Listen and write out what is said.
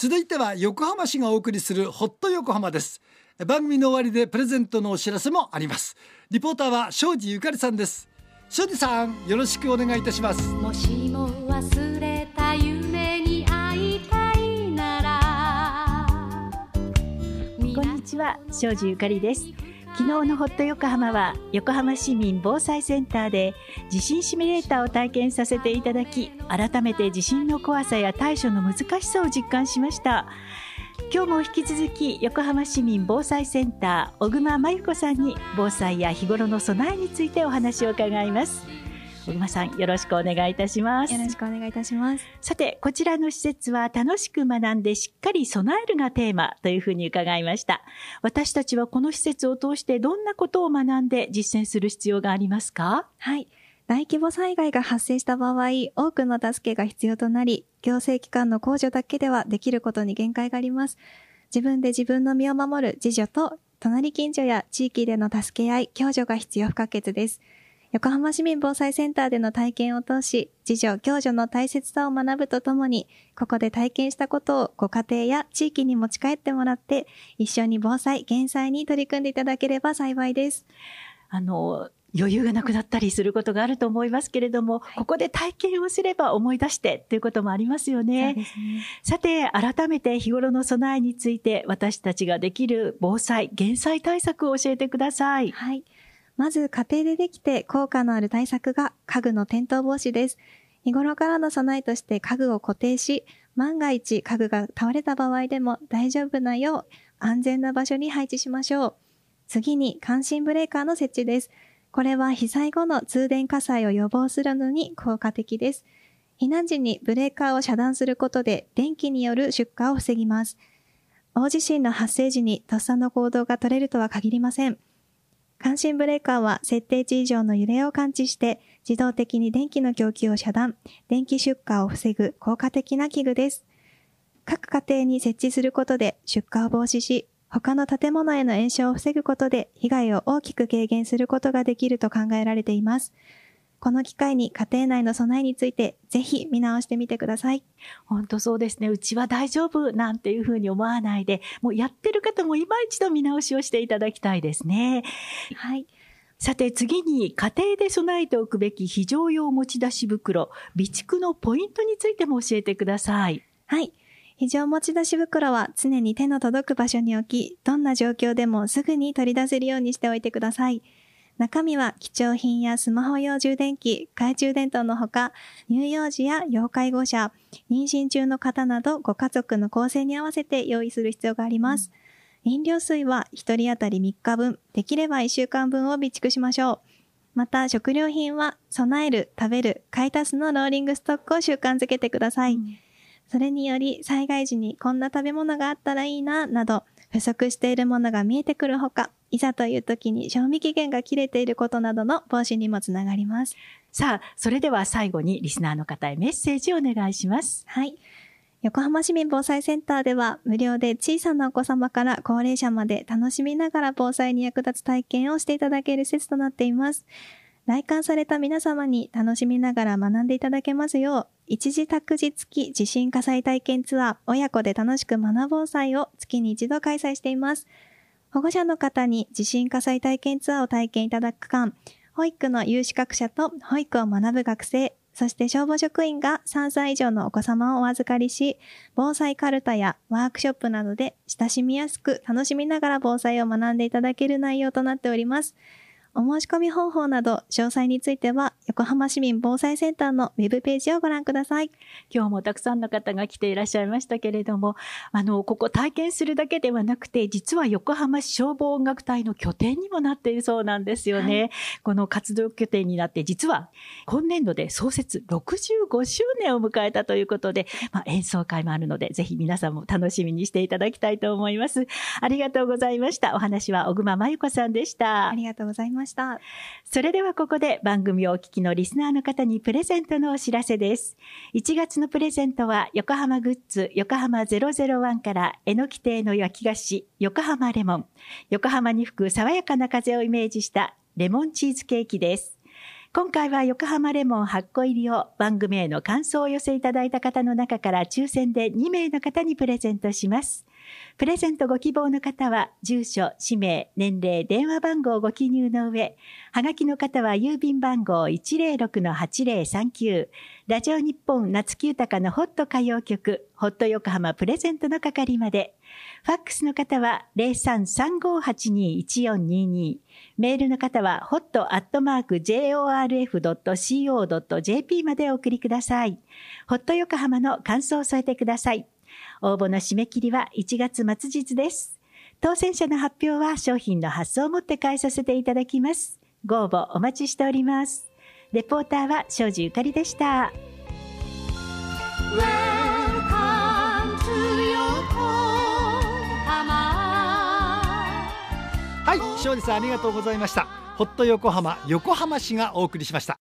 続いては横浜市がお送りするホット横浜です。番組の終わりでプレゼントのお知らせもあります。リポーターは庄司ゆかりさんです。庄司さん、よろしくお願いいたします。 もしも忘れた夢に会いたいなら。 こんにちは、庄司ゆかりです。昨日のホット横浜は横浜市民防災センターで地震シミュレーターを体験させていただき、改めて地震の怖さや対処の難しさを実感しました。今日も引き続き横浜市民防災センター小熊真由子さんに防災や日頃の備えについてお話を伺います。小熊さん、よろしくお願いいたします。 よろしくお願いいたします。 さて、こちらの施設は楽しく学んでしっかり備えるがテーマというふうに伺いました。私たちはこの施設を通してどんなことを学んで実践する必要がありますか？ はい。大規模災害が発生した場合、多くの助けが必要となり、行政機関の控除だけではできることに限界があります。自分で自分の身を守る自助と、隣近所や地域での助け合い、共助が必要不可欠です。横浜市民防災センターでの体験を通し、自助・共助の大切さを学ぶとともに、ここで体験したことをご家庭や地域に持ち帰ってもらって、一緒に防災・減災に取り組んでいただければ幸いです。 余裕がなくなったりすることがあると思いますけれども、はい、ここで体験をすれば思い出してということもありますよね。 そうですね。 さて、改めて日頃の備えについて私たちができる防災・減災対策を教えてください。 はい。まず家庭でできて効果のある対策が家具の転倒防止です。日頃からの備えとして家具を固定し、万が一家具が倒れた場合でも大丈夫なよう安全な場所に配置しましょう。次に感震ブレーカーの設置です。これは被災後の通電火災を予防するのに効果的です。避難時にブレーカーを遮断することで電気による出火を防ぎます。大地震の発生時にとっさの行動が取れるとは限りません。感震ブレーカーは設定値以上の揺れを感知して自動的に電気の供給を遮断、電気出火を防ぐ効果的な器具です。各家庭に設置することで出火を防止し、他の建物への延焼を防ぐことで被害を大きく軽減することができると考えられています。この機会に家庭内の備えについてぜひ見直してみてください。 本当そうですね。うちは大丈夫なんていうふうに思わないで、もうやってる方も今一度見直しをしていただきたいですね。 はい。 さて次に家庭で備えておくべき非常用持ち出し袋、備蓄のポイントについても教えてください。 はい。非常持ち出し袋は常に手の届く場所に置き、どんな状況でもすぐに取り出せるようにしておいてください。中身は貴重品やスマホ用充電器、懐中電灯のほか、乳幼児や要介護者、妊娠中の方などご家族の構成に合わせて用意する必要があります。飲料水は1人当たり3日分、できれば1週間分を備蓄しましょう。また食料品は備える、食べる、買い足すのローリングストックを習慣づけてください。それにより災害時にこんな食べ物があったらいいな、など不足しているものが見えてくるほか、いざという時に賞味期限が切れていることなどの防止にもつながります。 さあ、それでは最後にリスナーの方へメッセージをお願いします。 はい。横浜市民防災センターでは無料で小さなお子様から高齢者まで楽しみながら防災に役立つ体験をしていただける施設となっています。来館された皆様に楽しみながら学んでいただけますよう、一時託児付き地震火災体験ツアー親子で楽しく学ぼう祭を月に一度開催しています。保護者の方に地震火災体験ツアーを体験いただく間、保育の有資格者と保育を学ぶ学生、そして消防職員が3歳以上のお子様をお預かりし、防災カルタやワークショップなどで親しみやすく楽しみながら防災を学んでいただける内容となっております。お申し込み方法など詳細については横浜市民防災センターのウェブページをご覧ください。 今日もたくさんの方が来ていらっしゃいましたけれども、ここ体験するだけではなくて、実は横浜市消防音楽隊の拠点にもなっているそうなんですよね。はい、この活動拠点になって、実は今年度で創設65周年を迎えたということで、演奏会もあるので、ぜひ皆さんも楽しみにしていただきたいと思います。ありがとうございました。お話は小熊真由子さんでした。 ありがとうございました。 それではここで番組をお聞きのリスナーの方にプレゼントのお知らせです。1月のプレゼントは横浜グッズ横浜001からえのき亭の焼き菓子横浜レモン、横浜に吹く爽やかな風をイメージしたレモンチーズケーキです。 今回は横浜レモン8個入りを番組への感想を寄せいただいた方の中から抽選で2名の方にプレゼントします。プレゼントご希望の方は住所、氏名、年齢、電話番号をご記入の上、はがきの方は郵便番号 106-8039 ラジオ日本夏木豊のホット歌謡曲ホット横浜プレゼントの係まで。ファックスの方は 0335821422 メールの方は hot@jorf.co.jp までお送りください。ホット横浜の感想を添えてください。応募の締め切りは1月末日です。当選者の発表は商品の発送をもって返させていただきます。ご応募お待ちしております。レポーターは庄司ゆかりでした。 はい、庄司さんありがとうございました。ホット横浜、横浜市がお送りしました。